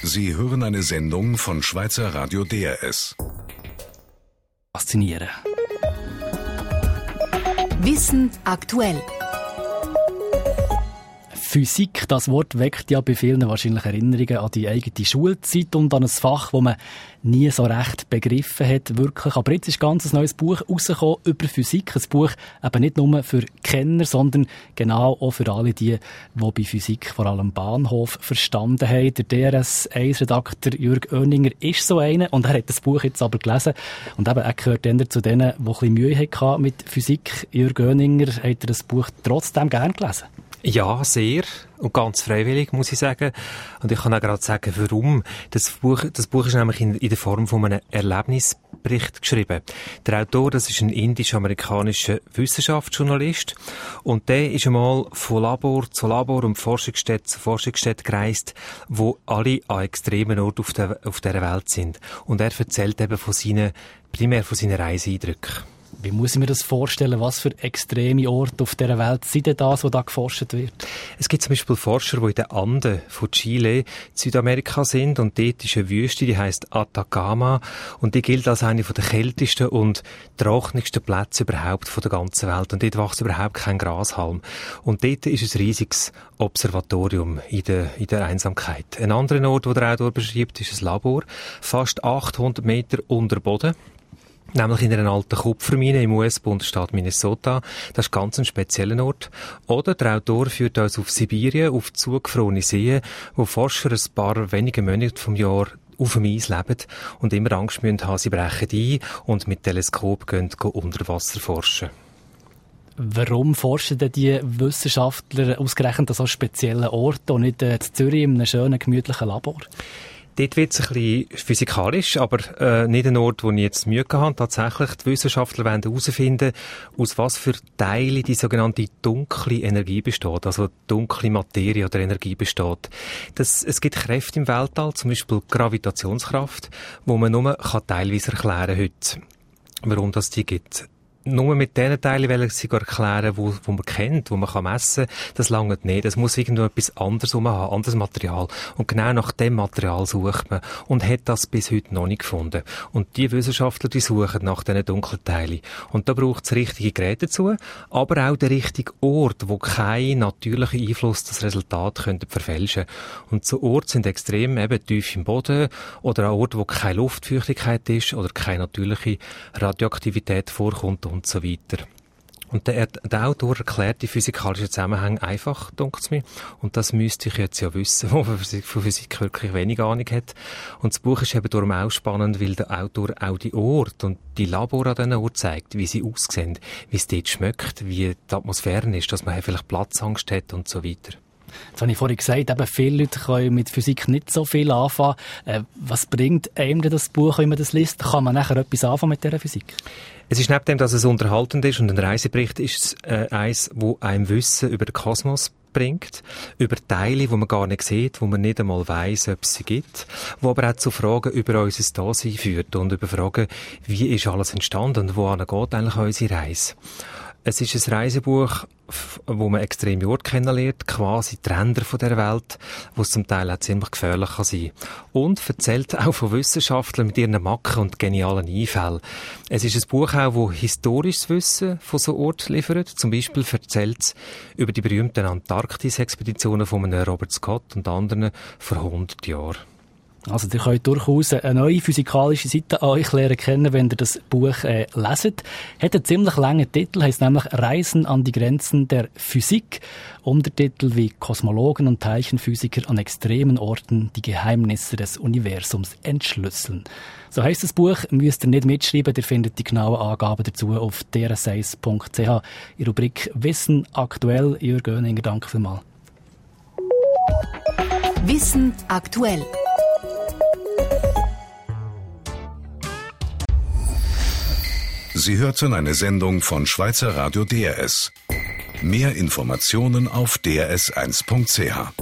Sie hören eine Sendung von Schweizer Radio DRS. Faszinieren. Wissen aktuell. Physik, das Wort weckt ja bei vielen wahrscheinlich Erinnerungen an die eigene Schulzeit und an ein Fach, das man nie so recht begriffen hat, wirklich. Aber jetzt ist ganz ein neues Buch rausgekommen über Physik. Ein Buch eben nicht nur für Kenner, sondern genau auch für alle die bei Physik vor allem Bahnhof verstanden haben. Der DRS1-Redakteur Jürg Oenninger ist so einer und er hat das Buch jetzt aber gelesen. Und eben, er gehört dann zu denen, die ein bisschen Mühe hatten mit Physik. Jürg Oenninger, hat er das Buch trotzdem gern gelesen? Ja, sehr. Und ganz freiwillig, muss ich sagen. Und ich kann auch gerade sagen, warum. Das Buch ist nämlich in der Form von einem Erlebnisbericht geschrieben. Der Autor, das ist ein indisch-amerikanischer Wissenschaftsjournalist. Und der ist einmal von Labor zu Labor und Forschungsstätte zu Forschungsstätte gereist, wo alle an extremen Orten auf dieser Welt sind. Und er erzählt eben primär von seinen Reiseeindrücken. Wie muss ich mir das vorstellen? Was für extreme Orte auf dieser Welt sind denn das, wo da geforscht wird? Es gibt zum Beispiel Forscher, die in den Anden von Chile in Südamerika sind und dort ist eine Wüste, die heisst Atacama und die gilt als eine der kältesten und trockensten Plätze überhaupt von der ganzen Welt und dort wächst überhaupt kein Grashalm. Und dort ist ein riesiges Observatorium in der Einsamkeit. Ein anderer Ort, den der Autor beschreibt, ist ein Labor, fast 800 Meter unter Boden. Nämlich in einer alten Kupfermine im US-Bundesstaat Minnesota. Das ist ganz ein spezieller Ort. Oder der Autor führt uns auf Sibirien, auf zugefrorene Seen, wo Forscher ein paar wenige Monate vom Jahr auf dem Eis leben und immer Angst müssen haben, sie brechen ein und mit Teleskop gehen unter Wasser forschen. Warum forschen denn die Wissenschaftler ausgerechnet an so speziellen Orten und nicht in Zürich in einem schönen, gemütlichen Labor? Dort wird es ein bisschen physikalisch, aber nicht ein Ort, wo ich jetzt Mühe hatte. Tatsächlich, die Wissenschaftler wollen herausfinden, aus was für Teilen die sogenannte dunkle Energie besteht, also dunkle Materie oder Energie besteht. Es gibt Kräfte im Weltall, zum Beispiel Gravitationskraft, wo man nur teilweise erklären kann heute, warum das die gibt. Nur mit diesen Teilen will ich sogar erklären, wo man kennt, wo man messen kann. Das langt nicht. Es muss irgendwo etwas anderes haben, anderes Material. Und genau nach dem Material sucht man. Und hat das bis heute noch nicht gefunden. Und die Wissenschaftler, die suchen nach diesen dunklen Teilen. Und da braucht es richtige Geräte dazu, aber auch den richtigen Ort, wo kein natürlicher Einfluss das Resultat könnte verfälschen. Und so Orte sind extrem eben tief im Boden oder an Orten, wo keine Luftfeuchtigkeit ist oder keine natürliche Radioaktivität vorkommt und so weiter. Und der Autor erklärt die physikalischen Zusammenhänge einfach, denkt es mir. Und das müsste ich jetzt ja wissen, wo man von Physik wirklich wenig Ahnung hat. Und das Buch ist eben darum auch spannend, weil der Autor auch die Orte und die Labor an diesen Orten zeigt, wie sie aussehen, wie es dort schmeckt, wie die Atmosphäre ist, dass man vielleicht Platzangst hat und so weiter. Jetzt habe ich vorhin gesagt, eben viele Leute können mit Physik nicht so viel anfangen. Was bringt einem denn das Buch, wenn man das liest? Kann man nachher etwas anfangen mit dieser Physik? Es ist neben dem, dass es unterhaltend ist und ein Reisebericht, ist es eins, wo einem Wissen über den Kosmos bringt, über Teile, die man gar nicht sieht, wo man nicht einmal weiss, ob es sie gibt, wo aber auch zu Fragen über unser Dasein führt und über Fragen, wie ist alles entstanden und wohin geht eigentlich unsere Reise. Es ist ein Reisebuch, wo man extreme Orte kennenlernt, quasi die Ränder von der Welt, wo es zum Teil auch ziemlich gefährlich kann sein. Und erzählt auch von Wissenschaftlern mit ihren Macken und genialen Einfällen. Es ist ein Buch auch, das historisches Wissen von so Orten liefert. Zum Beispiel erzählt es über die berühmten Antarktis-Expeditionen von einem Robert Scott und anderen vor 100 Jahren. Also, ihr könnt durchaus eine neue physikalische Seite an euch lernen kennen, wenn ihr das Buch leset. Hat einen ziemlich langen Titel, heisst nämlich Reisen an die Grenzen der Physik. Untertitel wie Kosmologen und Teilchenphysiker an extremen Orten die Geheimnisse des Universums entschlüsseln. So heisst das Buch, müsst ihr nicht mitschreiben, ihr findet die genauen Angaben dazu auf drs1.ch. In der Rubrik Wissen aktuell. Jürg Oenninger, danke vielmals. Wissen aktuell. Sie hörten eine Sendung von Schweizer Radio DRS. Mehr Informationen auf drs1.ch.